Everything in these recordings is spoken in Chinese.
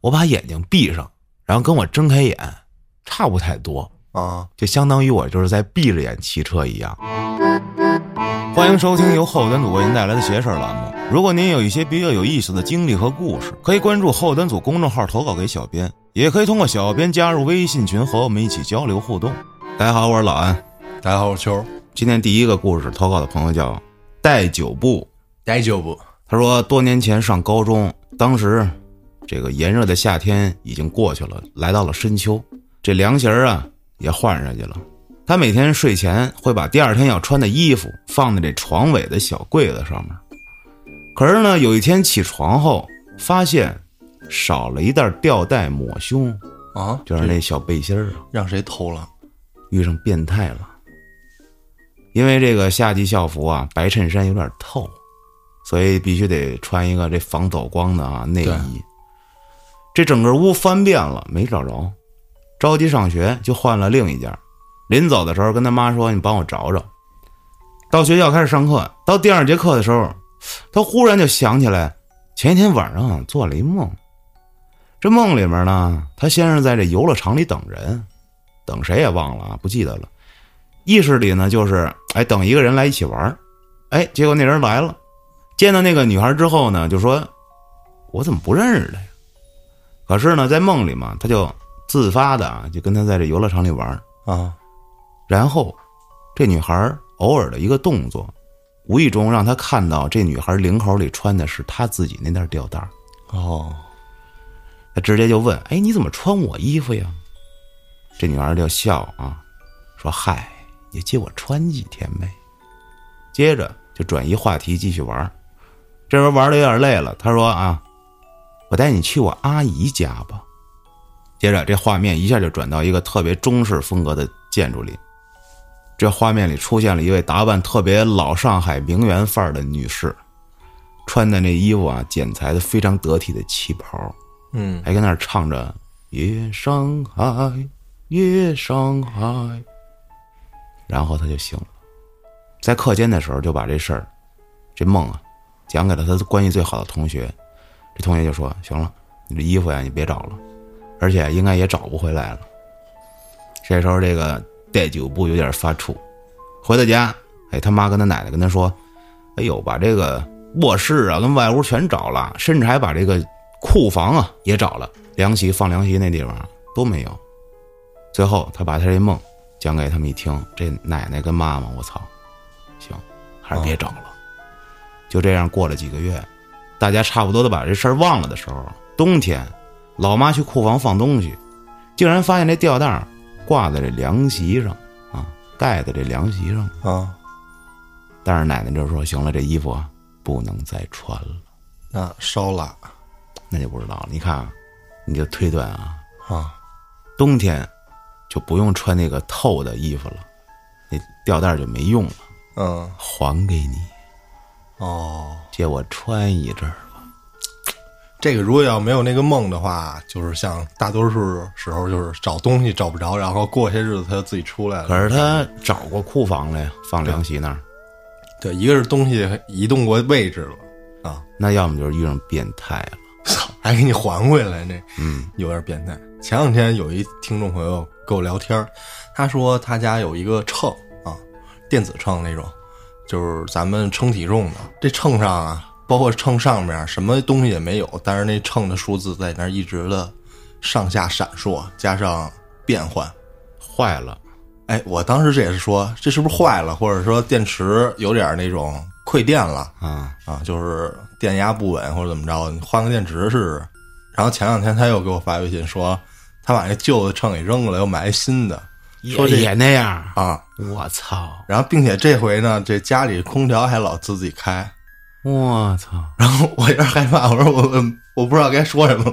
我把眼睛闭上，然后跟我睁开眼差不太多啊， 就相当于我就是在闭着眼骑车一样。欢迎收听由后端组为您带来的邪事栏目。如果您有一些比较有意思的经历和故事，可以关注后端组公众号投稿给小编，也可以通过小编加入微信群和我们一起交流互动。大家好，我是老安。 大家好，我是秋。 今天第一个故事投稿的朋友叫带酒部。他说多年前上高中，当时这个炎热的夏天已经过去了，来到了深秋，这凉鞋啊也换上去了。他每天睡前会把第二天要穿的衣服放在这床尾的小柜子上面。可是呢，有一天起床后发现少了一袋吊带抹胸啊， 就是那小背心儿， 让谁偷了？ 遇上变态了。因为这个夏季校服啊，白衬衫有点透，所以必须得穿一个这防走光的内衣。这整个屋翻遍了没找着，着急上学就换了另一件。临走的时候跟他妈说，你帮我找找。到学校开始上课，到第二节课的时候，他忽然就想起来前一天晚上做了一梦。这梦里面呢，他先是在这游乐场里等人，等谁也忘了，不记得了。意识里呢就是等一个人来一起玩。结果那人来了，见到那个女孩之后呢，就说我怎么不认识他呀？可是呢在梦里嘛，他就自发的就跟他在这游乐场里玩啊。 然后这女孩偶尔的一个动作，无意中让他看到这女孩领口里穿的是他自己那袋吊带。 哦， 他直接就问，你怎么穿我衣服呀？这女孩就笑啊，说嗨，你借我穿几天呗。接着就转移话题继续玩。这边玩的有点累了，他说我带你去我阿姨家吧。接着这画面一下就转到一个特别中式风格的建筑里。这画面里出现了一位打扮特别老上海名媛范儿的女士，穿的那衣服剪裁的非常得体的旗袍，还跟那儿唱着夜上海夜上海。然后他就醒了，在课间的时候就把这事儿这梦讲给了他关系最好的同学。这同学就说，行了，你这衣服你别找了，而且应该也找不回来了。这时候这个带酒部有点发怵，回到家他妈跟他奶奶跟他说，把这个卧室跟外屋全找了，甚至还把这个库房也找了，凉席放凉席那地方都没有。最后他把他这梦讲给他们一听，这奶奶跟妈妈，我操，行，还是别找了。就这样过了几个月，大家差不多都把这事儿忘了的时候，冬天老妈去库房放东西，竟然发现这吊带挂在这凉席上盖在这凉席上但是奶奶就说，行了，这衣服不能再穿了。 那烧了， 那就不知道了。你看你就推断冬天就不用穿那个透的衣服了，那吊带就没用了。还给你。借我穿一阵儿吧。 这个如果要没有那个梦的话，就是像大多数时候就是找东西找不着，然后过些日子他就自己出来了。 可是他找过库房了呀，放凉席那儿。 对，一个是东西移动过位置了那要么就是遇上变态了， 还给你还回来，这有点变态。前两天有一听众朋友跟我聊天，他说他家有一个秤电子秤那种，就是咱们称体重的。这秤上包括秤上面什么东西也没有，但是那秤的数字在那儿一直的上下闪烁，加上变换。 坏了。 我当时这也是说，这是不是坏了，或者说电池有点那种馈电了就是电压不稳或者怎么着，你换个电池试试。然后前两天他又给我发微信说，他把那旧的秤给扔了，又买一新的，说也那样我操。 然后并且这回呢，这家里空调还老自己开， 我操。 然后我有点害怕，我说我不知道该说什么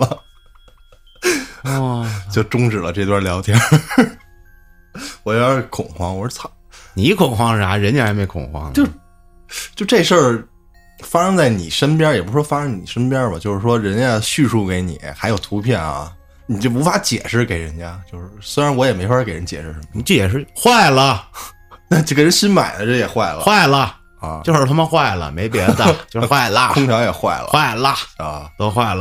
了，就终止了这段聊天。我有点恐慌，我说操， 你恐慌啥？人家还没恐慌呢。 就这事儿发生在你身边，也不是说发生你身边吧，就是说人家叙述给你，还有图片你就无法解释给人家。就是虽然我也没法给人解释什么， 你解释坏了， 那这个人新买的这也坏了， 坏了就是他妈坏了，没别的，就是坏了。 空调也坏了， 坏了啊， 都坏了。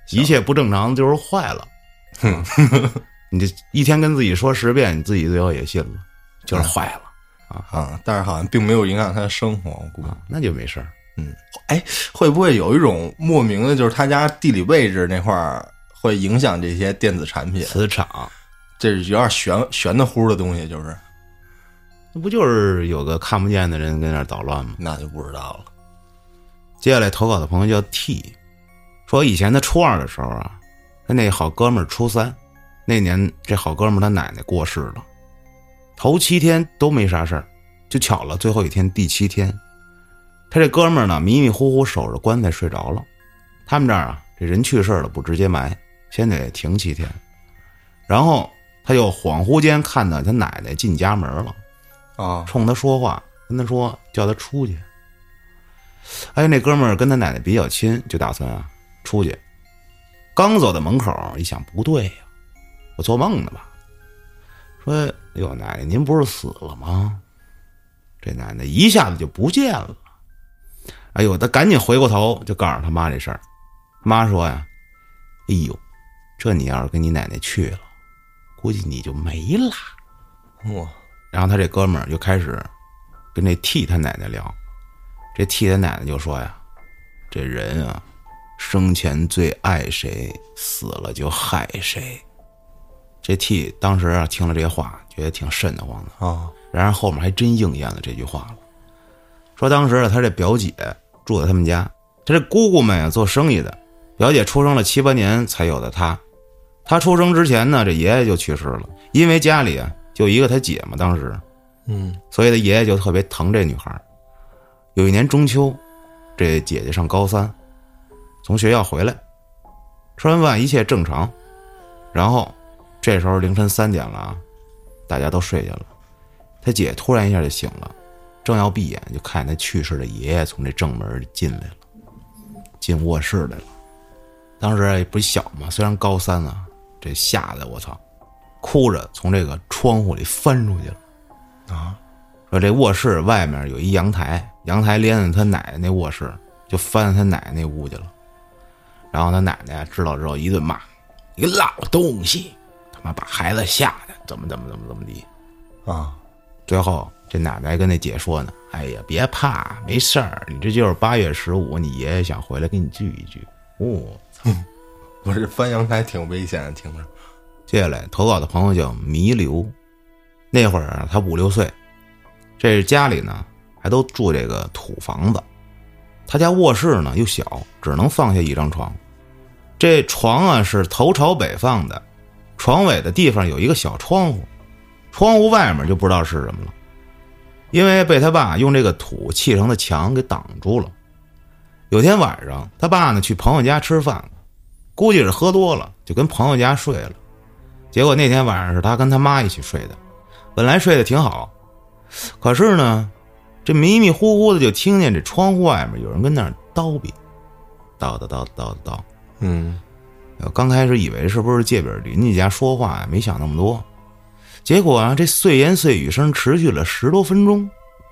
一切不正常就是坏了。你这一天跟自己说10遍，你自己最后也信了，就是坏了但是好像并没有影响他的生活，我估计那就没事儿。 会不会有一种莫名的，就是他家地理位置那块儿会影响这些电子产品？ 磁场， 这是有点玄的乎的东西，就是那不就是有个看不见的人跟那儿捣乱吗？ 那就不知道了。 接下来投稿的朋友叫 T， 说以前他初2的时候啊，他那好哥们儿初3，那年这好哥们儿他奶奶过世了，头7天都没啥事儿，就巧了最后一天第7天，他这哥们儿呢迷迷糊糊守着棺材睡着了。他们这儿啊，这人去世了不直接埋，先得停7天。然后他又恍惚间看到他奶奶进家门了冲他说话，跟他说叫他出去。那哥们儿跟他奶奶比较亲，就打算出去。刚走到门口一想不对呀，我做梦呢吧？说哟，奶奶您不是死了吗？这奶奶一下子就不见了。他赶紧回过头就告诉他妈这事儿。妈说呀，哎呦，这你要是跟你奶奶去了，估计你就没了。然后他这哥们儿就开始跟这 T 他奶奶聊。这 T 他奶奶就说呀，这人啊，生前最爱谁，死了就害谁。这 T 当时听了这话，觉得挺瘆得慌的然而后面还真应验了这句话了。说当时他这表姐住在他们家，他这姑姑们做生意的，表姐出生了7、8年才有的他。他出生之前呢，这爷爷就去世了，因为家里就一个他姐嘛，当时所以他爷爷就特别疼这女孩。有一年中秋，这姐姐上高3，从学校回来，吃完饭一切正常，然后这时候凌晨3点了大家都睡下了，他姐突然一下就醒了，正要闭眼，就看见他去世的爷爷从这正门进来了，进卧室来了。当时也不小嘛，虽然高3这吓得我操，哭着从这个窗户里翻出去了说这卧室外面有一阳台，阳台连着他奶奶那卧室，就翻他奶奶那屋去了。然后他奶奶知道之后一顿骂，一个老东西，他妈把孩子吓的怎么地最后这奶奶跟那姐说呢，哎呀别怕，没事儿，你这就是8月15你爷爷想回来跟你聚一聚。 不是翻阳台挺危险的，听着。 接下来投稿的朋友叫弥留，那会儿他5、6岁，这家里呢还都住这个土房子，他家卧室呢又小，只能放下一张床。这床是头朝北放的，床尾的地方有一个小窗户，窗户外面就不知道是什么了，因为被他爸用这个土砌成的墙给挡住了。有天晚上他爸呢去朋友家吃饭，估计是喝多了，就跟朋友家睡了。结果那天晚上是他跟他妈一起睡的，本来睡得挺好，可是呢这迷迷糊糊的就听见这窗户外面有人跟那儿叨逼，叨叨叨叨叨。刚开始以为是不是界边邻居家说话，没想那么多。结果这碎言碎语声持续了10多分钟。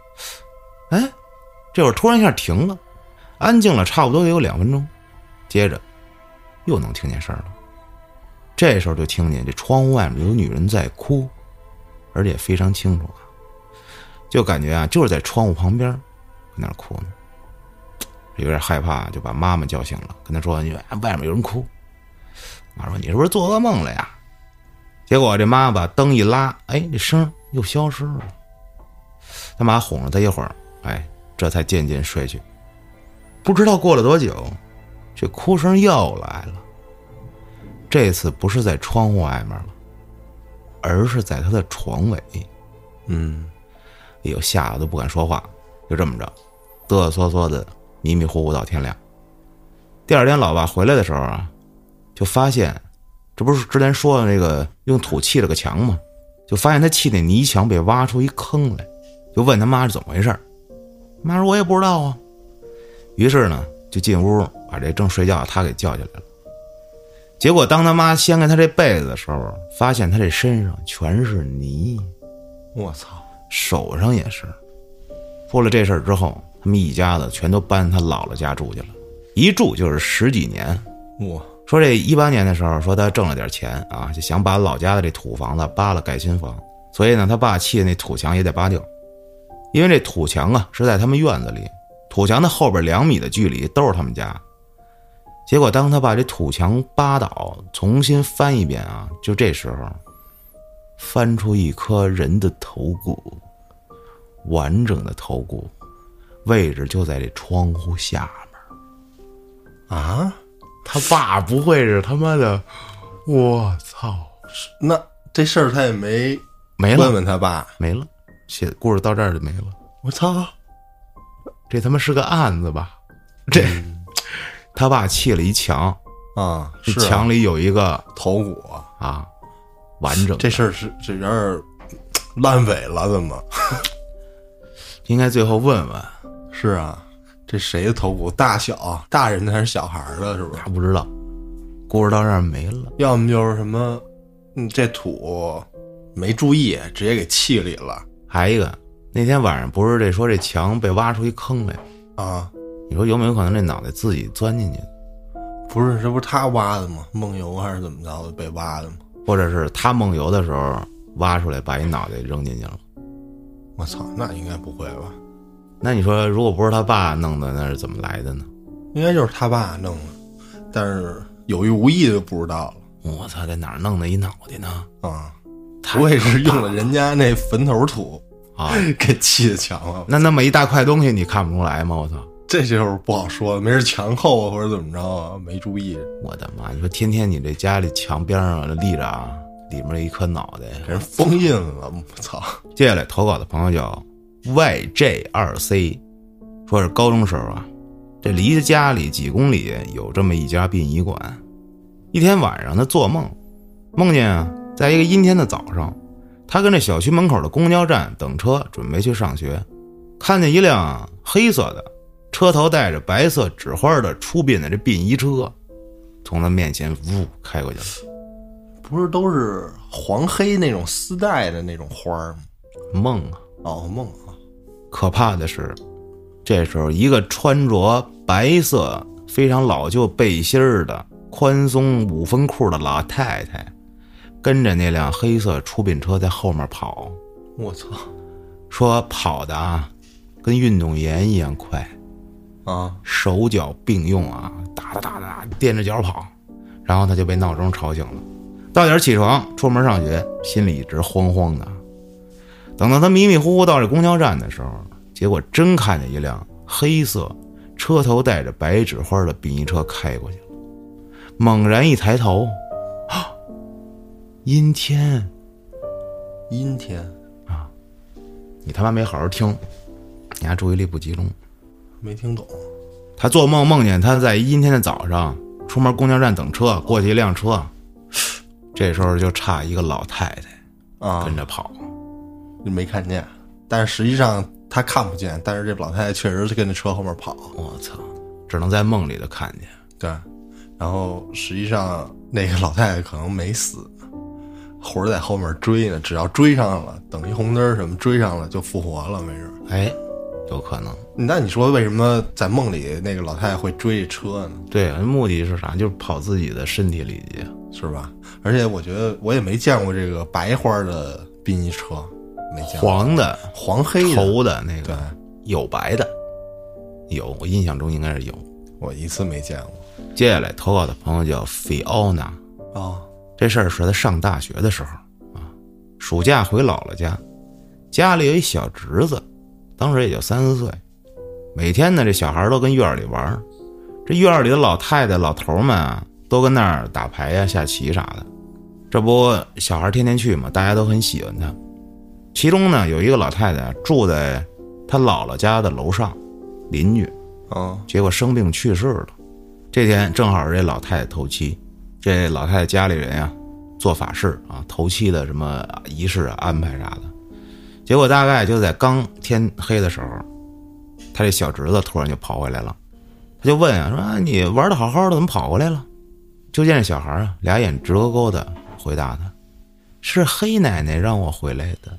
这会儿突然一下停了，安静了差不多得有2分钟，接着又能听见声了。这时候就听见这窗户外面有女人在哭，而且非常清楚就感觉就是在窗户旁边跟那儿哭呢。有点害怕，就把妈妈叫醒了，跟她说外面有人哭。妈说你是不是做噩梦了呀？结果这妈把灯一拉，这声又消失了。他妈哄了他一会儿，这才渐渐睡去。不知道过了多久，这哭声又来了。这次不是在窗户外面了，而是在他的床尾。吓得都不敢说话，就这么着嘚瑟瑟的迷迷糊糊到天亮。第二天老爸回来的时候就发现，这不是之前说的那个用土砌了个墙吗？就发现他砌那泥墙被挖出一坑来，就问他妈是怎么回事。妈说我也不知道于是呢就进屋把这正睡觉他给叫起来了。结果当他妈掀开他这被子的时候，发现他这身上全是泥， 我操， 手上也是。出了这事儿之后，他们一家子全都搬他姥姥家住去了，一住就是10几年。 说这18年的时候，说他挣了点钱啊，就想把老家的这土房子扒了盖新房，所以呢，他爸砌的那土墙也得扒掉，因为这土墙啊是在他们院子里，土墙的后边2米的距离都是他们家。结果当他把这土墙扒倒，重新翻一遍啊，就这时候翻出一颗人的头骨，完整的头骨，位置就在这窗户下面。 啊， 他爸不会是他妈的，我操！ 那这事儿他也没了， 问问他爸， 没了，故事到这儿就没了。 我操， 这他妈是个案子吧？这、他爸砌了一墙啊， 这墙里有一个头骨啊，完整的。 这事儿是这有点烂尾了，怎么？ 应该最后问问。 是啊，这谁的头骨大小？大人的还是小孩的？是不是？ 他不知道。故事到这儿没了。 要么就是什么，这土没注意，直接给砌里了。 还一个，那天晚上不是说这墙被挖出一坑来啊？ 你说有没有可能这脑袋自己钻进去的？ 不是，这不是他挖的吗？梦游还是怎么着的被挖的吗？ 或者是他梦游的时候挖出来把一脑袋扔进去了？ 我操，那应该不会吧？ 那你说如果不是他爸弄的，那是怎么来的呢？ 应该就是他爸弄的，但是有意无意的就不知道了。 我操，在哪儿弄的一脑袋呢？ 啊，不会是用了人家那坟头土啊给砌的墙了？ 那么一大块东西你看不出来吗？我操， 这就是不好说了，没事墙厚或者怎么着啊，没注意。 我的妈！你说天天你这家里墙边上立着啊，里面一颗脑袋， 给人封印了，我操！ 接下来投稿的朋友叫 YJ2C， 说是高中时候啊，这离家里几公里有这么一家殡仪馆。一天晚上他做梦，梦见啊，在一个阴天的早上，他跟这小区门口的公交站等车，准备去上学，看见一辆黑色的车头带着白色纸花的出殡的这殡仪车从他面前呜开过去了。 不是都是黄黑那种丝带的那种花吗？ 梦啊， 哦，梦啊！ 可怕的是，这时候一个穿着白色非常老旧背心的宽松5分裤的老太太，跟着那辆黑色出殡车在后面跑。 我操！ 说跑的啊，跟运动员一样快啊， 手脚并用啊，哒哒哒哒踮着脚跑。然后他就被闹钟吵醒了，到点起床出门上学，心里一直慌慌的。等到他迷迷糊糊到这公交站的时候，结果真看见一辆黑色车头带着白纸花的殡仪车开过去了。猛然一抬头，啊，阴天！ 阴天啊！你他妈没好好听，你还注意力不集中， 没听懂。 他做梦梦见他在阴天的早上出门公交站等车，过去一辆车，这时候就差一个老太太啊跟着跑。 没看见，但是实际上他看不见，但是这老太太确实是跟着车后面跑。 我操，只能在梦里头看见。 对，然后实际上那个老太太可能没死，或者在后面追呢，只要追上了，等一红灯什么追上了就复活了，没准。 哎，有可能。 那你说为什么在梦里那个老太太会追车呢？ 对，目的是啥？就是跑自己的身体里去， 是吧？而且我觉得我也没见过这个白花的殡仪车。没见过黄的、 黄黑的头的那个， 对， 有白的，有，我印象中应该是有， 我一次没见过。 接下来投稿的朋友叫 Fiona， 这事儿是他上大学的时候啊，暑假回姥姥家，家里有一小侄子，当时也就3、4岁，每天呢这小孩都跟院里玩，这院里的老太太老头们啊都跟那儿打牌呀、下棋啥的，这不小孩天天去嘛，大家都很喜欢他。其中呢有一个老太太住在他姥姥家的楼上，邻居，结果生病去世了。这天正好是这老太太头七，这老太太家里人啊做法事啊，头七的什么仪式啊安排啥的。结果大概就在刚天黑的时候，他这小侄子突然就跑回来了，他就问啊，说啊你玩的好好的怎么跑回来了？就见这小孩啊俩眼直勾勾的回答他，是黑奶奶让我回来的。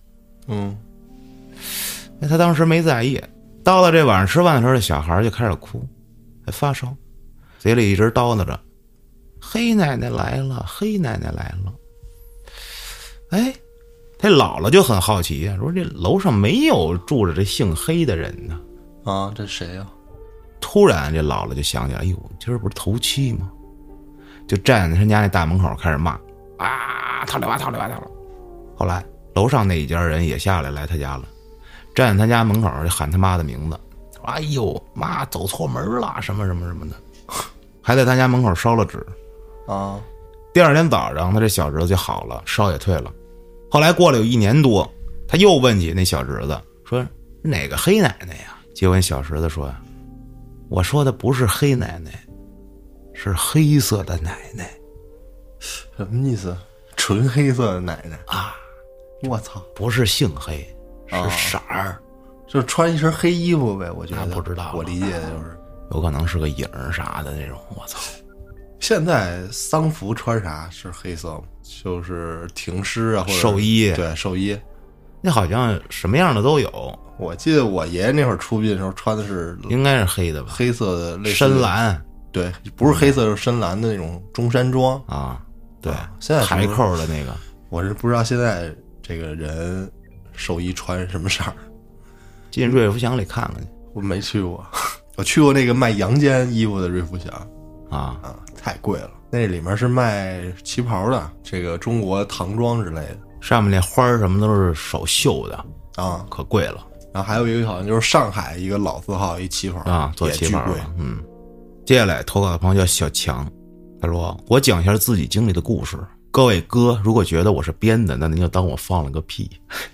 他当时没在意，到了这晚上吃饭的时候，这小孩就开始哭，还发烧，嘴里一直叨叨着， 黑奶奶来了，黑奶奶来了。哎，他姥姥就很好奇呀，说这楼上没有住着这姓黑的人呢。 啊，这谁呀？ 突然这姥姥就想起来，哎呦，今儿不是头七吗？就站在他家那大门口开始骂啊，套里吧套里吧套里。后来楼上那一家人也下来他家了，站在他家门口就喊他妈的名字，说哎呦妈走错门了什么什么什么的，还在他家门口烧了纸啊。 第二天早上他这小侄子就好了，烧也退了。后来过了有1年多，他又问起那小侄子说哪个黑奶奶呀？结果小侄子说我说的不是黑奶奶，是黑色的奶奶。 什么意思？纯黑色的奶奶啊！ 我操， 不是姓黑，是色儿， 就是穿一身黑衣服呗。我觉得不知道， 我理解的就是有可能是个影啥的那种。我操！ 现在丧服穿啥是黑色吗？就是停尸啊，或者寿衣。 对，寿衣。 那好像什么样的都有。 我记得我爷爷那会儿出殡的时候穿的是， 应该是黑的吧？ 黑色的类似深蓝。 对，不是黑色，就是深蓝的那种中山装啊。对， 现在台扣的那个。 我是不知道现在这个人寿衣穿什么色儿。 进瑞福祥里看看去。 我没去过，我去过那个卖阳间衣服的瑞福祥。 啊， 太贵了。那里面是卖旗袍的，这个中国唐装之类的， 上面那花什么都是手绣的啊， 可贵了。 然后还有一个好像就是上海一个老字号一旗袍啊，做旗袍了。接下来投稿的朋友叫小强，他说我讲一下自己经历的故事。各位哥，如果觉得我是编的，那您就当我放了个屁。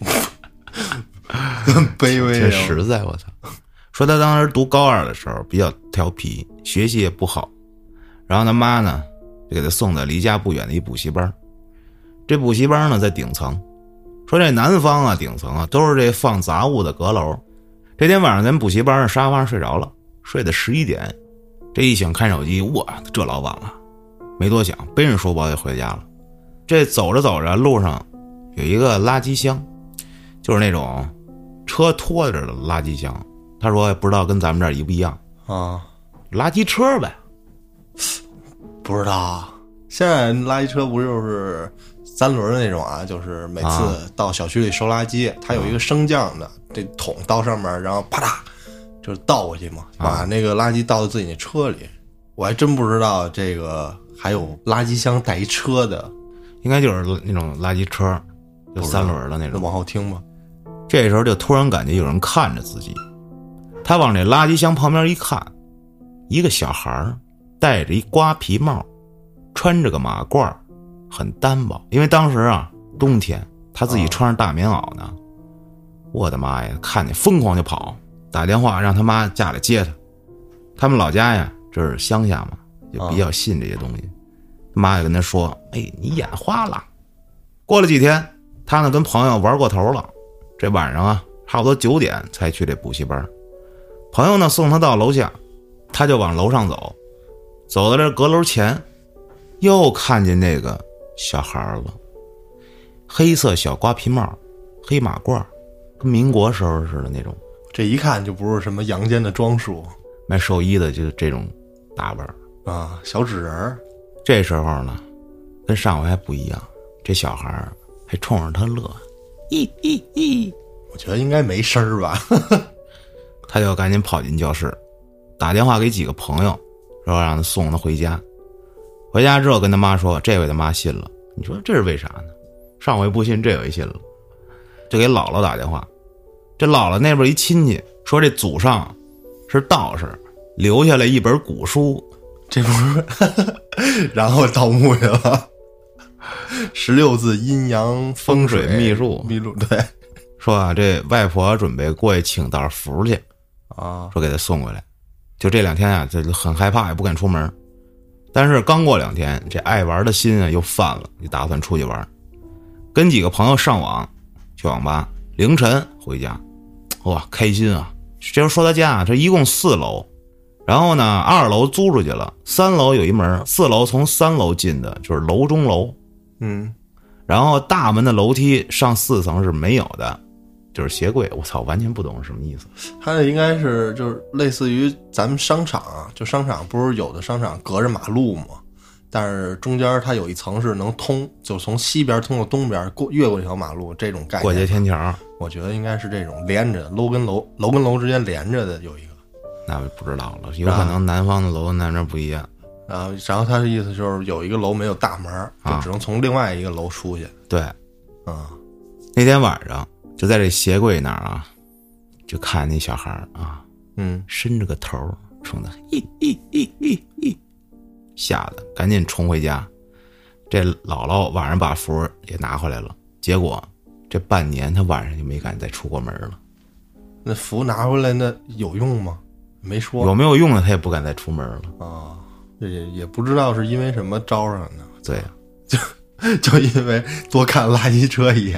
卑微， 真实在。我操！说他当时读高2的时候比较调皮，学习也不好，然后他妈呢就给他送到离家不远的一补习班。这补习班呢在顶层，说这南方啊顶层啊都是这放杂物的阁楼。这天晚上咱补习班沙发上睡着了，睡到11点，这一醒看手机，哇，这老晚了，没多想背着书包就回家了。这走着走着路上有一个垃圾箱，就是那种车拖着的垃圾箱。他说不知道跟咱们这儿一不一样啊？ 垃圾车呗？ 不知道。现在垃圾车不就是3轮的那种啊？就是每次到小区里收垃圾，它有一个升降的这桶到上面，然后啪嗒就是倒过去嘛，把那个垃圾倒到自己那车里。我还真不知道这个还有垃圾箱带一车的， 应该就是那种垃圾车，就3轮的那种。 往后听吧。 这时候就突然感觉有人看着自己，他往这垃圾箱旁边一看，一个小孩戴着一瓜皮帽，穿着个马褂，很单薄，因为当时啊冬天，他自己穿上大棉袄呢。我的妈呀，看见疯狂就跑，打电话让他妈家里接他。他们老家呀这是乡下嘛，就比较信这些东西。他妈也跟他说，哎，你眼花了。过了几天，他呢跟朋友玩过头了，这晚上啊差不多9点才去这补习班。朋友呢送他到楼下，他就往楼上走，走到这阁楼前，又看见那个小孩了，黑色小瓜皮帽，黑马褂，跟民国时候似的那种。 这一看就不是什么阳间的装束， 卖寿衣的就是这种打扮啊，小纸人。 这时候呢跟上回还不一样，这小孩还冲着他乐， 我觉得应该没声儿吧。 他就赶紧跑进教室，打电话给几个朋友，说让他送他回家。回家之后跟他妈说，这回他妈信了。你说这是为啥呢？上回不信，这回信了。就给姥姥打电话，这姥姥那边一亲戚说，这祖上是道士，留下来一本古书， 这不是然后盗墓去了。16字阴阳风水秘术， 对， 说啊，这外婆准备过去请道符去啊， 说给他送回来。就这2天啊，就很害怕，也不敢出门。但是刚过2天，这爱玩的心啊又犯了，就打算出去玩，跟几个朋友上网去网吧，凌晨回家，哇，开心啊！这时候说他家啊，这一共4楼，然后呢2楼租出去了，3楼有一门，4楼从3楼进的，就是楼中楼。然后大门的楼梯上4层是没有的，就是鞋柜。我操，完全不懂是什么意思。 它这应该是就是类似于咱们商场啊，就商场不是有的商场隔着马路吗？ 但是中间它有一层是能通，就从西边通到东边，越过这条马路，这种概念。 过街天桥， 我觉得应该是这种连着楼跟楼跟楼之间连着的有一个。 那不知道了，有可能南方的楼跟咱这不一样。 然后他的意思就是有一个楼没有大门，就只能从另外一个楼出去。 对，那天晚上就在这鞋柜那儿啊，就看那小孩啊，伸着个头冲他，吓得赶紧冲回家。这姥姥晚上把符也拿回来了，结果这半年他晚上就没敢再出过门了。 那符拿回来那有用吗？没说。 有没有用的他也不敢再出门了啊。也不知道是因为什么招上的。 对呀， 就因为多看垃圾车一眼。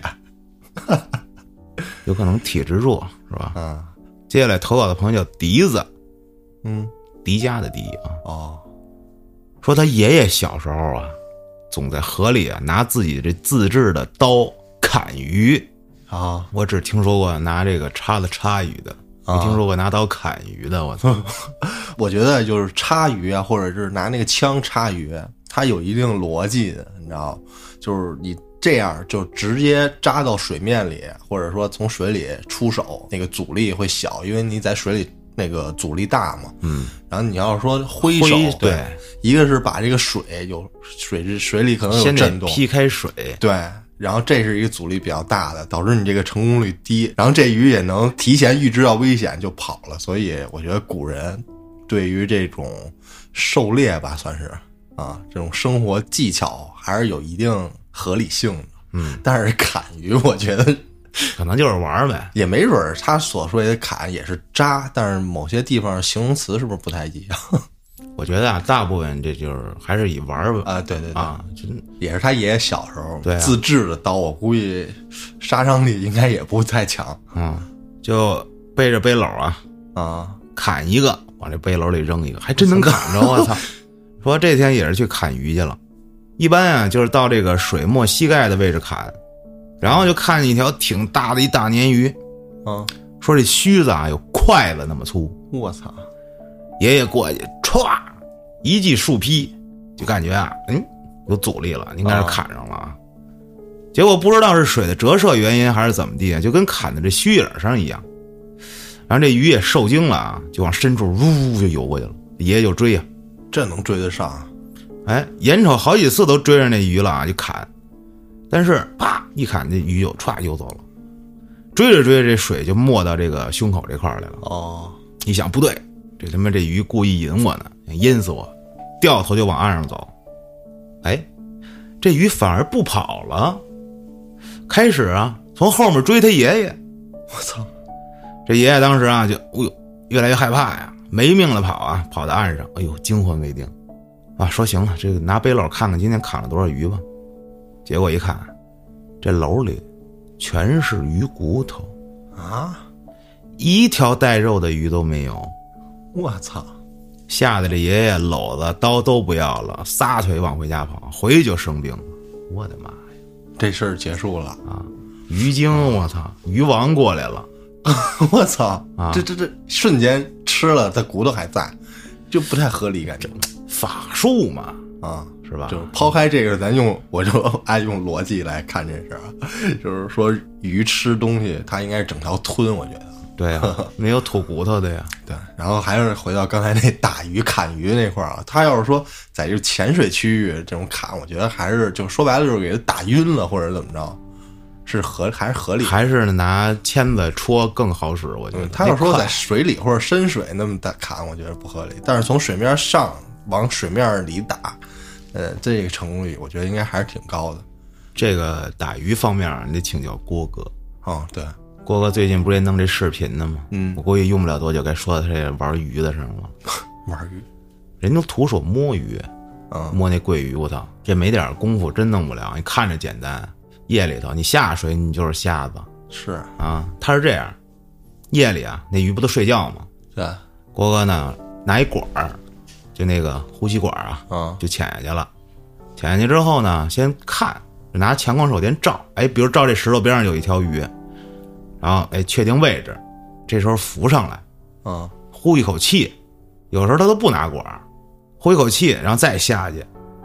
有可能体质弱是吧？接下来投稿的朋友叫笛子，迪迦的迪啊。说他爷爷小时候啊，总在河里啊拿自己这自制的刀砍鱼啊。 我只听说过拿这个叉子插鱼的，没听说过拿刀砍鱼的。我操！ 我觉得就是插鱼啊，或者是拿那个枪插鱼，它有一定逻辑的，你知道，就是你这样就直接扎到水面里，或者说从水里出手，那个阻力会小，因为你在水里那个阻力大嘛。然后你要是说挥手，对，一个是把这个水有水里可能有震动， 先得劈开水， 对。然后这是一个阻力比较大的，导致你这个成功率低，然后这鱼也能提前预知到危险就跑了。所以我觉得古人对于这种狩猎吧，算是这种生活技巧还是有一定合理性的。但是砍鱼我觉得可能就是玩呗， 也没准他所说的砍也是扎，但是某些地方形容词是不是不太一样？ 我觉得啊，大部分这就是还是以玩吧。 对啊， 也是他爷爷小时候自制的刀，我估计杀伤力应该也不太强。 就背着背篓砍一个往这背篓里扔一个，还真能砍着。我操！说这天也是去砍鱼去了，一般啊就是到这个水没膝盖的位置砍，然后就看见一条挺大的一大鲶鱼。说这须子啊有筷子那么粗。 我操！ 爷爷过去歘一记竖劈，就感觉啊有阻力了，应该是砍上了啊。结果不知道是水的折射原因还是怎么地，就跟砍在这须影上一样。然后这鱼也受惊了啊，就往深处呜就游过去了。爷爷就追啊， 这能追得上？ 眼瞅好几次都追上那鱼了啊，就砍，但是啪一砍，这鱼就歘游走了。追着追着，这水就没到这个胸口这块来了。一想不对，这他妈这鱼故意引我呢，淹死我，掉头就往岸上走。这鱼反而不跑了，开始啊从后面追他爷爷。 我操！ 这爷爷当时啊就越来越害怕呀，没命了跑啊，跑到岸上，惊魂未定啊，说行了，这个拿背篓看看今天砍了多少鱼吧。结果一看，这篓里全是鱼骨头啊， 一条带肉的鱼都没有。 我操！ 吓得这爷爷篓子刀都不要了，撒腿往回家跑，回去就生病了。我的妈呀， 这事儿结束了啊！鱼精，我操，鱼王过来了。 我操！这瞬间吃了，它骨头还在，就不太合理感觉。 法术嘛，是吧？ 就是抛开这个，我就爱用逻辑来看这事儿，就是说鱼吃东西，它应该是整条吞，我觉得。 对啊，没有吐骨头的呀。 对，然后还是回到刚才那打鱼砍鱼那块儿啊，他要是说在这浅水区域这种砍，我觉得还是就说白了就是给他打晕了或者怎么着，还是合理， 还是拿签子戳更好使。我觉得他要说在水里或者深水那么砍，我觉得不合理。但是从水面上往水面里打，这个成功率我觉得应该还是挺高的。 这个打鱼方面你得请教郭哥。 对。 郭哥最近不是也弄这视频呢吗？我估计用不了多久该说到他这玩鱼的上了。 玩鱼， 人都徒手摸鱼，摸那桂鱼，我操，这没点功夫真弄不了。你看着简单，夜里头你下水你就是瞎子。 是啊，他是这样，夜里啊那鱼不都睡觉吗？ 对。 郭哥呢拿一管儿，就那个呼吸管啊，就潜下去了。潜下去之后呢，先看，就拿强光手电照，比如照这石头边上有一条鱼。然后确定位置，这时候浮上来，呼一口气，有时候他都不拿管，呼一口气，然后再下去，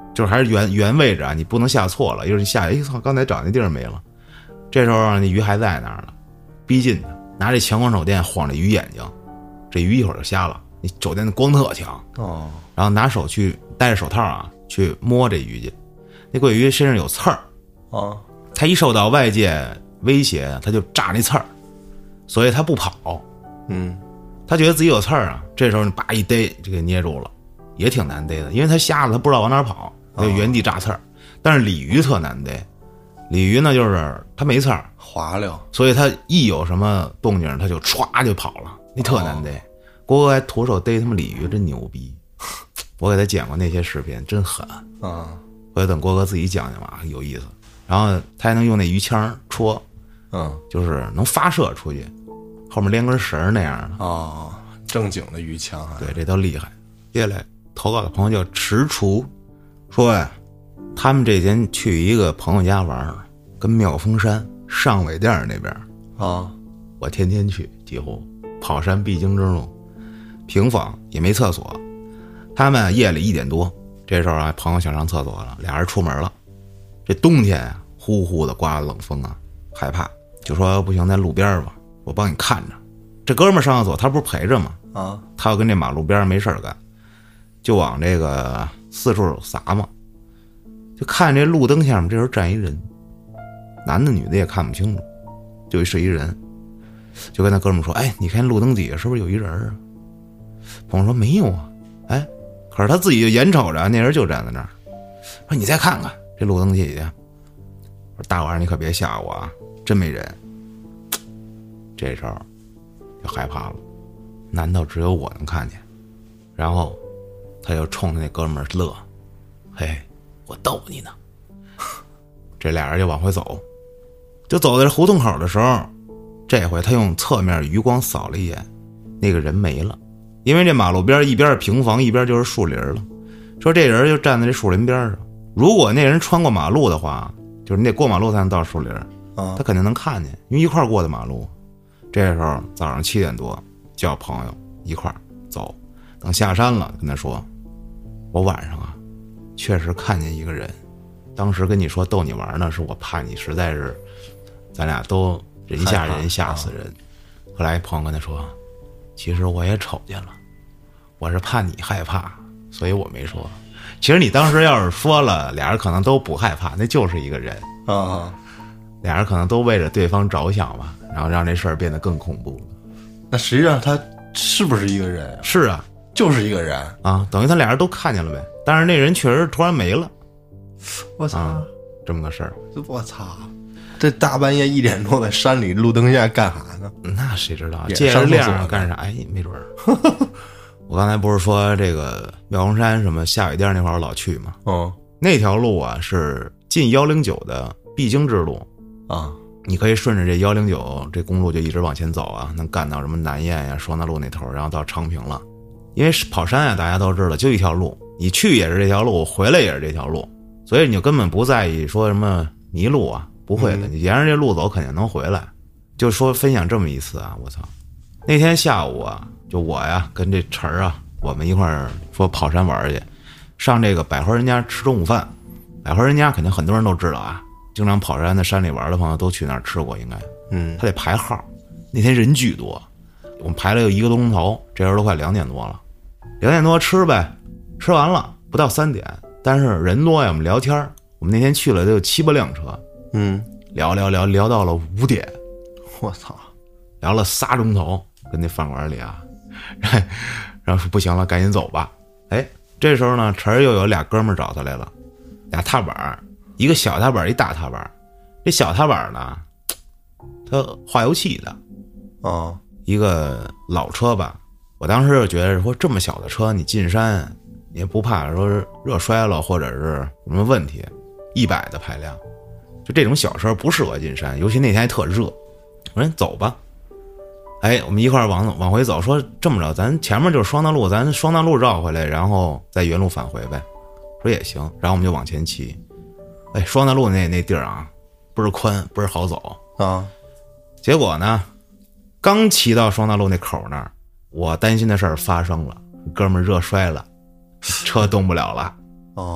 就是还是原位置啊，你不能下错了，就是你下，操，刚才找那地儿没了。这时候那鱼还在那儿呢，逼近他，拿这强光手电晃这鱼眼睛，这鱼一会儿就瞎了。你手电的光特强哦， 然后拿手去戴着手套啊，去摸这鱼去。那桂鱼身上有刺儿啊， 它一受到外界威胁，它就炸那刺儿，所以它不跑。他觉得自己有刺儿啊，这时候你叭一逮就给捏住了，也挺难逮的，因为他瞎了，他不知道往哪儿跑，他就原地炸刺儿。但是鲤鱼特难逮，鲤鱼呢就是它没刺儿， 滑溜， 所以它一有什么动静，它就歘就跑了，你特难逮。郭哥还徒手逮他们鲤鱼，真牛逼！我给他讲过那些视频，真狠啊！ 回头等郭哥自己讲讲吧，有意思。然后他还能用那鱼枪戳，就是能发射出去。后面连根绳那样的哦，正经的鱼枪啊！ 对，这都厉害。接下来投稿的朋友叫池厨，说呀，他们这天去一个朋友家玩，跟妙峰山上尾店那边啊， 我天天去，几乎跑山必经之路，平房也没厕所。他们夜里1点多，这时候啊，朋友想上厕所了，俩人出门了。这冬天啊，呼呼的刮冷风啊，害怕，就说不行，在路边吧。我帮你看着，这哥们儿上厕所，他不是陪着吗？ 啊， 他要跟这马路边没事干，就往这个四处撒嘛。就看这路灯下面，这时候站一人，男的女的也看不清楚，就是一人。就跟他哥们儿说：“哎，你看路灯底下是不是有一人啊？”朋友说：“没有啊。”哎，可是他自己就眼瞅着那人就站在那儿，说：“你再看看这路灯底下。”我说：“大晚上你可别吓我啊，真没人。”这时候就害怕了，难道只有我能看见？然后他就冲着那哥们儿乐，嘿，我逗你呢。这俩人就往回走，就走到胡同口的时候，这回他用侧面余光扫了一眼，那个人没了，因为这马路边一边是平房，一边就是树林了。说这人就站在这树林边上，如果那人穿过马路的话，就是你得过马路才能到树林，他肯定能看见，因为一块过的马路。这时候早上7点多，叫朋友一块儿走，等下山了跟他说，我晚上啊确实看见一个人，当时跟你说逗你玩呢，是我怕你实在是咱俩都人吓人吓死人。后来朋友跟他说，其实我也瞅见了，我是怕你害怕，所以我没说。其实你当时要是说了，俩人可能都不害怕，那就是一个人啊， 俩人可能都为了对方着想吧，然后让这事儿变得更恐怖了。 那实际上他是不是一个人？ 是啊， 就是一个人啊，等于他俩人都看见了呗。但是那人确实突然没了。 我操， 这么个事儿。 我操，这大半夜1点多在山里路灯下干啥呢？ 那谁知道？借着亮干啥？哎，没准儿。我刚才不是说这个妙峰山什么下尾店那块儿我老去吗？那条路啊是进109的必经之路啊。 你可以顺着这109这公路就一直往前走啊，能干到什么南堰呀、双大路那头，然后到昌平了。因为跑山啊，大家都知道就一条路，你去也是这条路，回来也是这条路，所以你就根本不在意说什么迷路啊，不会的，你沿着这路走肯定能回来。就说分享这么一次啊，我操！那天下午啊，就我呀跟这陈儿啊，我们一块儿说跑山玩去，上这个百花人家吃中午饭。百花人家肯定很多人都知道啊，经常跑山在山里玩的朋友都去那儿吃过，应该。他得排号，那天人巨多，我们排了有1个多钟头，这时候都快2点多了。2点多吃呗，吃完了不到3点，但是人多呀，我们聊天，我们那天去了得有7、8辆车，聊到了5点， 我操， 聊了3钟头，跟那饭馆里啊，然后说不行了，赶紧走吧。哎，这时候呢，陈儿又有2哥们儿找他来了，2踏板，一个小踏板，一大踏板。这小踏板呢，它化油器的，一个老车吧。我当时就觉得说，这么小的车你进山，你也不怕说热摔了或者是什么问题，100的排量，就这种小车不适合进山，尤其那天还特热。我说走吧，哎，我们一块儿往回走，说这么着，咱前面就是双大路，咱双大路绕回来，然后再原路返回呗。说也行，然后我们就往前骑。哎，双大路那地儿啊，不是宽，不是好走啊。 结果呢，刚骑到双大路那口那儿，我担心的事儿发生了，哥们儿热摔了，车动不了了。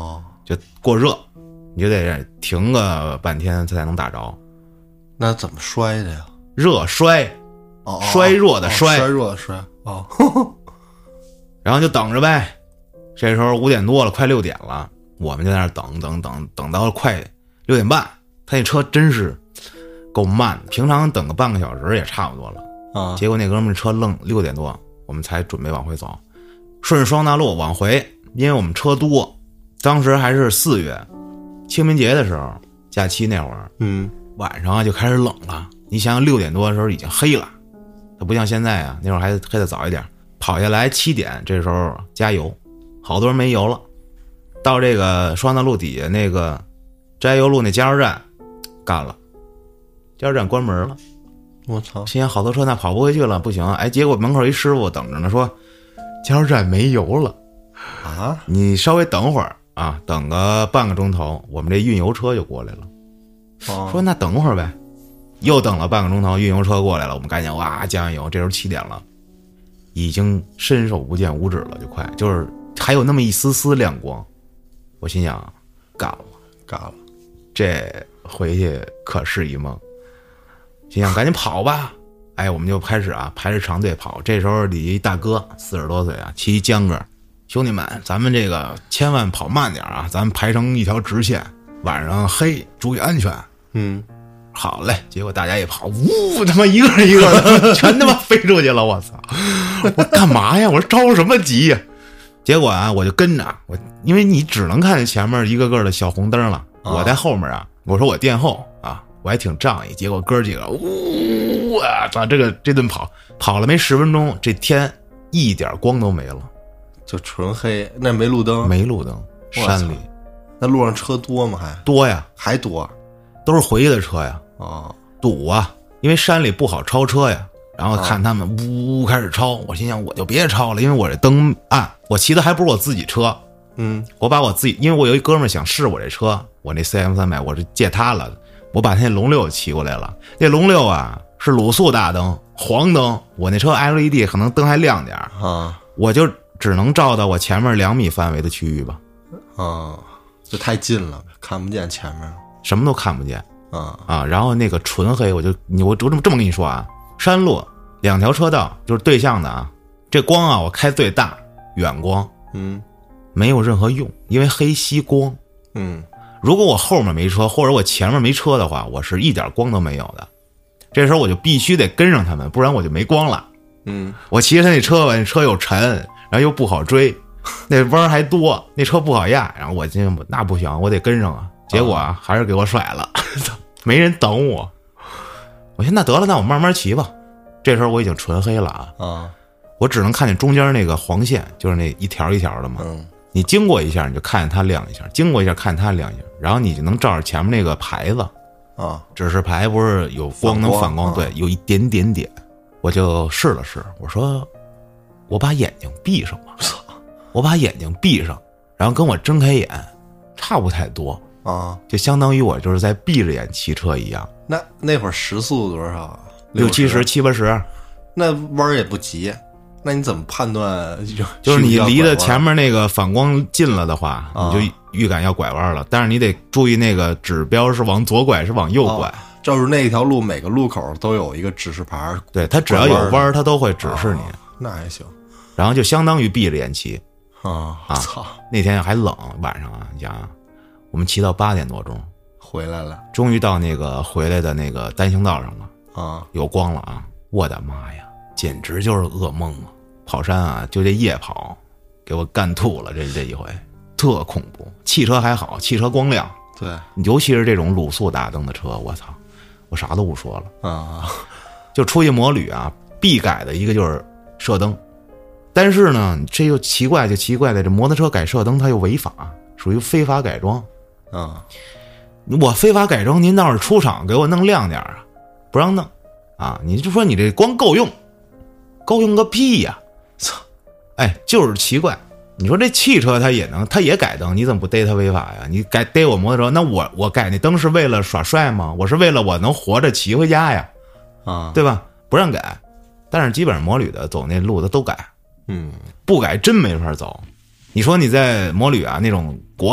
就过热，你就得停个半天才能打着。 那怎么摔的呀？ 热摔，衰弱的衰， 衰弱的衰。哦， 然后就等着呗。这时候5点多了，快6点了，我们就在那等到快6点半。他那车真是够慢的，平常等个半个小时也差不多了啊。 结果那哥们车愣6点多，我们才准备往回走，顺着双大路往回，因为我们车多，当时还是4月，清明节的时候，假期那会儿，晚上就开始冷了。你想想6点多的时候已经黑了，它不像现在啊，那会儿还黑得早一点。跑下来7点，这时候加油，好多人没油了。到这个双大路底下那个斋油路那加油站干了，加油站关门了。 我操！ 心想好多车那跑不回去了，不行。哎，结果门口一师傅等着呢，说加油站没油了啊！ 你稍微等会儿啊，等个半个钟头，我们这运油车就过来了。说那等会儿呗，又等了半个钟头，运油车过来了，我们赶紧哇加完油。这时候7点了，已经伸手不见五指了，就快，就是还有那么一丝丝亮光。我心想，干了，这回去可是一梦。心想赶紧跑吧，哎，我们就开始排着长队跑。这时候里一大哥40多岁骑犟个，兄弟们，咱们这个千万跑慢点咱们排成一条直线，晚上黑，注意安全。好嘞。结果大家一跑，呜，他妈一个的全他妈飞出去了，我操！我干嘛呀？我说着什么急呀？结果我就跟着因为你只能看见前面一个个的小红灯了，我在后面我说我殿后我还挺仗义。结果哥几个呜操，这顿跑了没10分钟，这天一点光都没了， 就纯黑。那没路灯， 山里。 那路上车多吗？还多呀， 还多， 都是回去的车呀。堵因为山里不好超车呀。然后看他们呜开始超，我心想我就别超了，因为我这灯暗，我骑的还不是我自己车。我把我自己，因为我有一哥们想试我这车，我那 CM300我是借他了，我把他那龙6骑过来了。那龙6是卤素大灯，黄灯，我那车 LED 可能灯还亮点我就只能照到我前面2米范围的区域吧。 就太近了，看不见前面， 什么都看不见。然后那个纯黑，我这么跟你说山路2条车道就是对向的这光我开最大，远光，没有任何用，因为黑吸光。如果我后面没车或者我前面没车的话，我是一点光都没有的。这时候我就必须得跟上他们，不然我就没光了。我骑着他那车吧，那车又沉，然后又不好追，那弯还多，那车不好压，然后我那不行，我得跟上结果还是给我甩了，没人等我。我说那得了，那我慢慢骑吧。这时候我已经纯黑了我只能看见中间那个黄线，就是那一条一条的嘛。你经过一下，你就看见它亮一下；经过一下，看见它亮一下，然后你就能照着前面那个牌子指示牌不是有光能反光？对，有一点点。我就试了试，我说我把眼睛闭上吧，我把眼睛闭上，然后跟我睁开眼差不太多就相当于我就是在闭着眼骑车一样。 那会儿时速多少 ？60、70、80。 那弯也不急，那你怎么判断？ 就是你离的前面那个反光近了的话，你就预感要拐弯了。但是你得注意那个指标是往左拐是往右拐。 就是那条路每个路口都有一个指示牌， 对，它只要有弯它都会指示你。 那还行。 然后就相当于闭着眼骑操！ 那天还冷，晚上你想我们骑到8点多钟回来了， 终于到那个回来的那个单行道上了有光了我的妈呀，简直就是噩梦跑山就这夜跑给我干吐了，这一回特恐怖。汽车还好，汽车光亮， 对， 尤其是这种卤素大灯的车，我操，我啥都不说了就出去摩旅必改的一个就是射灯。但是呢，这又奇怪就奇怪的，这摩托车改射灯它又违法，属于非法改装我非法改装，您倒是出厂给我弄亮点不让弄你就说你这光够用个屁呀！操！哎，就是奇怪。你说这汽车它也改灯，你怎么不逮它违法呀？你逮我摩托车，那我改那灯是为了耍帅吗？我是为了我能活着骑回家呀，对吧？不让改，但是基本上摩旅的走那路的都改，不改真没法走。你说你在摩旅那种国道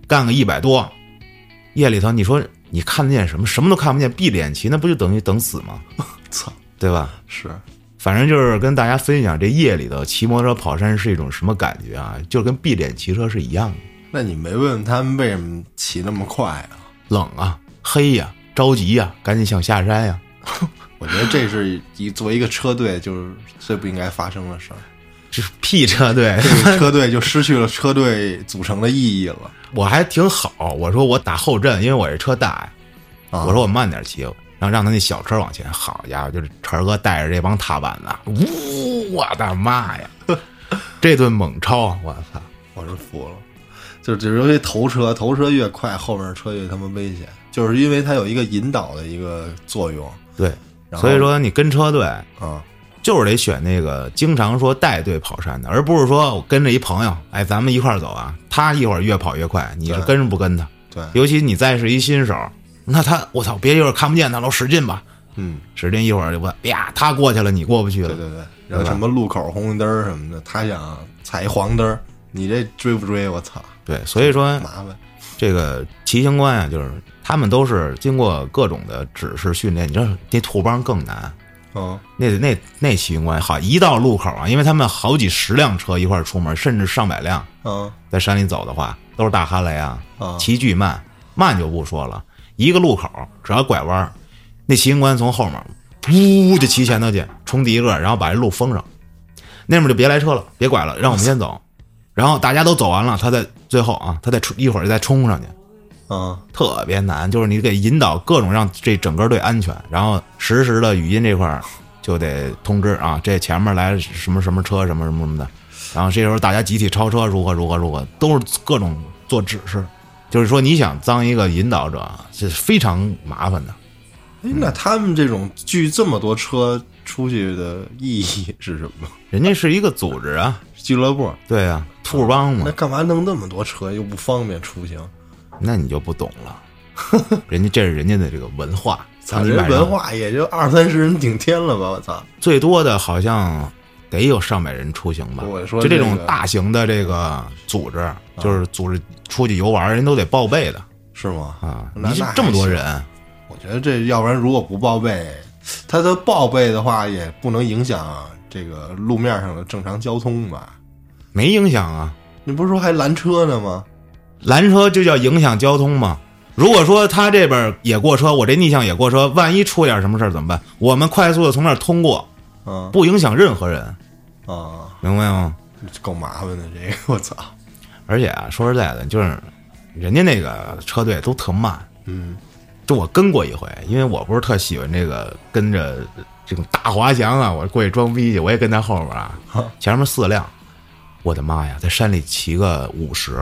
干个100多，夜里头你说你看得见什么？什么都看不见，闭着眼骑，那不就等于等死吗？ 操， 对吧？ 是， 反正就是跟大家分享，这夜里头骑摩托车跑山是一种什么感觉啊？就跟闭着眼骑车是一样的。 那你没问他们为什么骑那么快啊？ 冷啊，黑呀，着急呀，赶紧想下山呀。 我觉得这是作为一个车队，就是最不应该发生的事儿。 这是屁车队， 这个车队就失去了车队组成的意义了。 我还挺好，我说我打后阵，因为我这车大呀，我说我慢点骑，然后让他那小车往前。好家伙，就是晨哥带着这帮踏板子，呜，我的妈呀，这顿猛超，我操， 我是服了。就是尤其头车越快，后面车越他妈危险，就是因为它有一个引导的一个作用。 对，所以说你跟车队啊， 就是得选那个经常说带队跑山的，而不是说我跟着一朋友，哎，咱们一块儿走啊，他一会儿越跑越快，你是跟着不跟他？ 对， 尤其你再是一新手，那他我操，别一会儿看不见他喽，使劲吧，使劲一会儿就呀，他过去了，你过不去了。 对，然后什么路口红绿灯什么的，他想踩一黄灯，你这追不追？我操！对， 所以说麻烦。 这个骑行官啊，就是他们都是经过各种的指示训练。你知道那土帮更难。那骑行官好，一到路口啊，因为他们好几十辆车一块出门，甚至上百辆。在山里走的话，都是大哈雷啊，骑巨慢就不说了。一个路口只要拐弯，那骑行官从后面噗就骑前头去，冲第一个，然后把这路封上。那边就别来车了，别拐了，让我们先走。然后大家都走完了，他在最后啊，他再一会儿再冲上去，特别难，就是你得引导各种让这整个队安全，然后实时的语音这块就得通知啊，这前面来什么什么车什么什么什么的，然后这时候大家集体超车如何，都是各种做指示，就是说你想当一个引导者是非常麻烦的。 那他们这种聚这么多车出去的意义是什么？ 人家是一个组织啊， 俱乐部。 对啊，兔帮嘛。 那干嘛弄那么多车又不方便出行？ 那你就不懂了。人家这是人家的这个文化， 咱这文化也就20-30人顶天了吧？我操， 最多的好像得有上百人出行吧？ 我说就这种大型的这个组织，就是组织出去游玩，人都得报备的， 是吗？ 啊，你这么多人。 我觉得这要不然如果不报备，他的报备的话也不能影响这个路面上的正常交通吧？ 没影响啊， 你不是说还拦车呢吗？ 拦车就叫影响交通吗？如果说他这边也过车，我这逆向也过车，万一出点什么事怎么办？我们快速的从那儿通过，不影响任何人啊，明白吗？ 够麻烦的这个，我操！ 而且啊，说实在的，就是人家那个车队都特慢，就我跟过一回，因为我不是特喜欢这个跟着这种大滑翔啊，我过去装逼去，我也跟在后边啊，前面4辆，我的妈呀，在山里骑个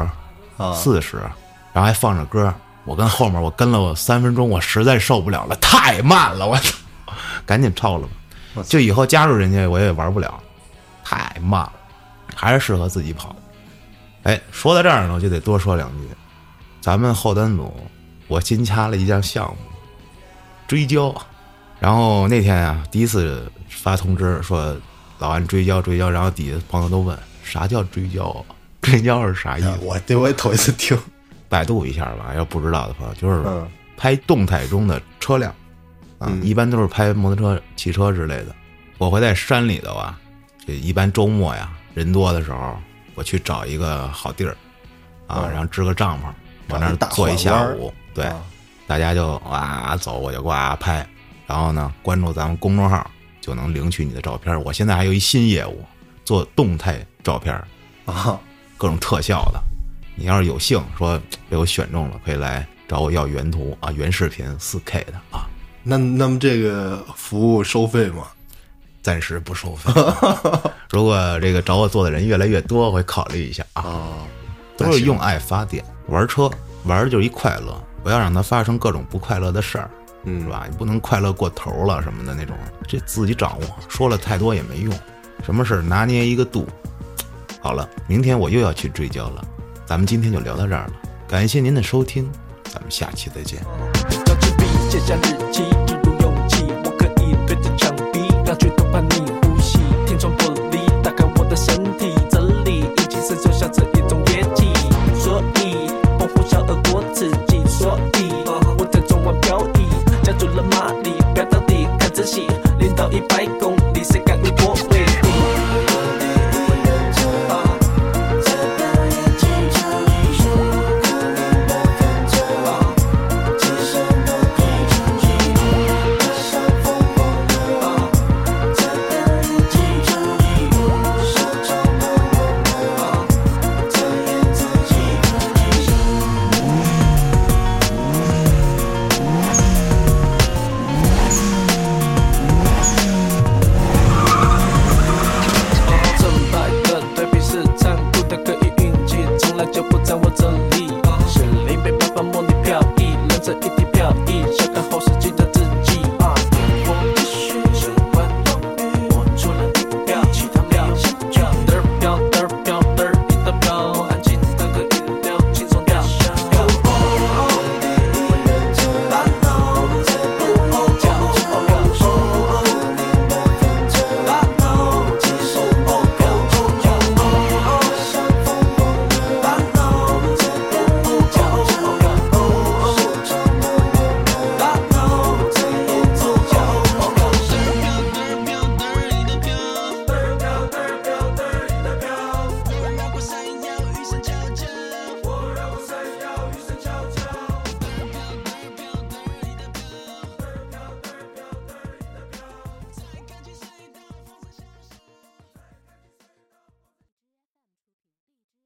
50、40，然后还放着歌，我跟后面我跟了3分钟，我实在受不了了，太慢了，我操，赶紧超了吧，就以后加入人家我也玩不了，太慢了，还是适合自己跑。哎，说到这儿呢，我就得多说2句，咱们后端组。我新加了一项项目，追焦。然后那天啊，第一次发通知说老安追焦，然后底下朋友都问啥叫追焦啊？追焦是啥意思？ 我也头一次听， 百度一下吧。要不知道的朋友，就是拍动态中的车辆啊，一般都是拍摩托车、汽车之类的。我会在山里头啊，这一般周末呀人多的时候，我去找一个好地儿啊，然后支个帐篷，往那儿坐一下午。对，大家就走，我就拍，然后呢，关注咱们公众号就能领取你的照片。我现在还有一新业务，做动态照片啊，各种特效的。你要是有幸说被我选中了，可以来找我要原图啊，原视频4K 的啊。 那么这个服务收费吗？ 暂时不收费。如果这个找我做的人越来越多，我会考虑一下啊。都是用爱发电，玩车玩的就是一快乐。不要让它发生各种不快乐的事儿，是吧？你不能快乐过头了什么的那种，这自己掌握，说了太多也没用。什么事拿捏一个度。好了，明天我又要去追焦了，咱们今天就聊到这儿了，感谢您的收听，咱们下期再见。 找支笔写下日记，记录勇气，我可以对着墙壁，让剧痛伴你呼吸。天窗玻璃打开我的身体，这里已经深受下这一种液体，所以保护小住了马力，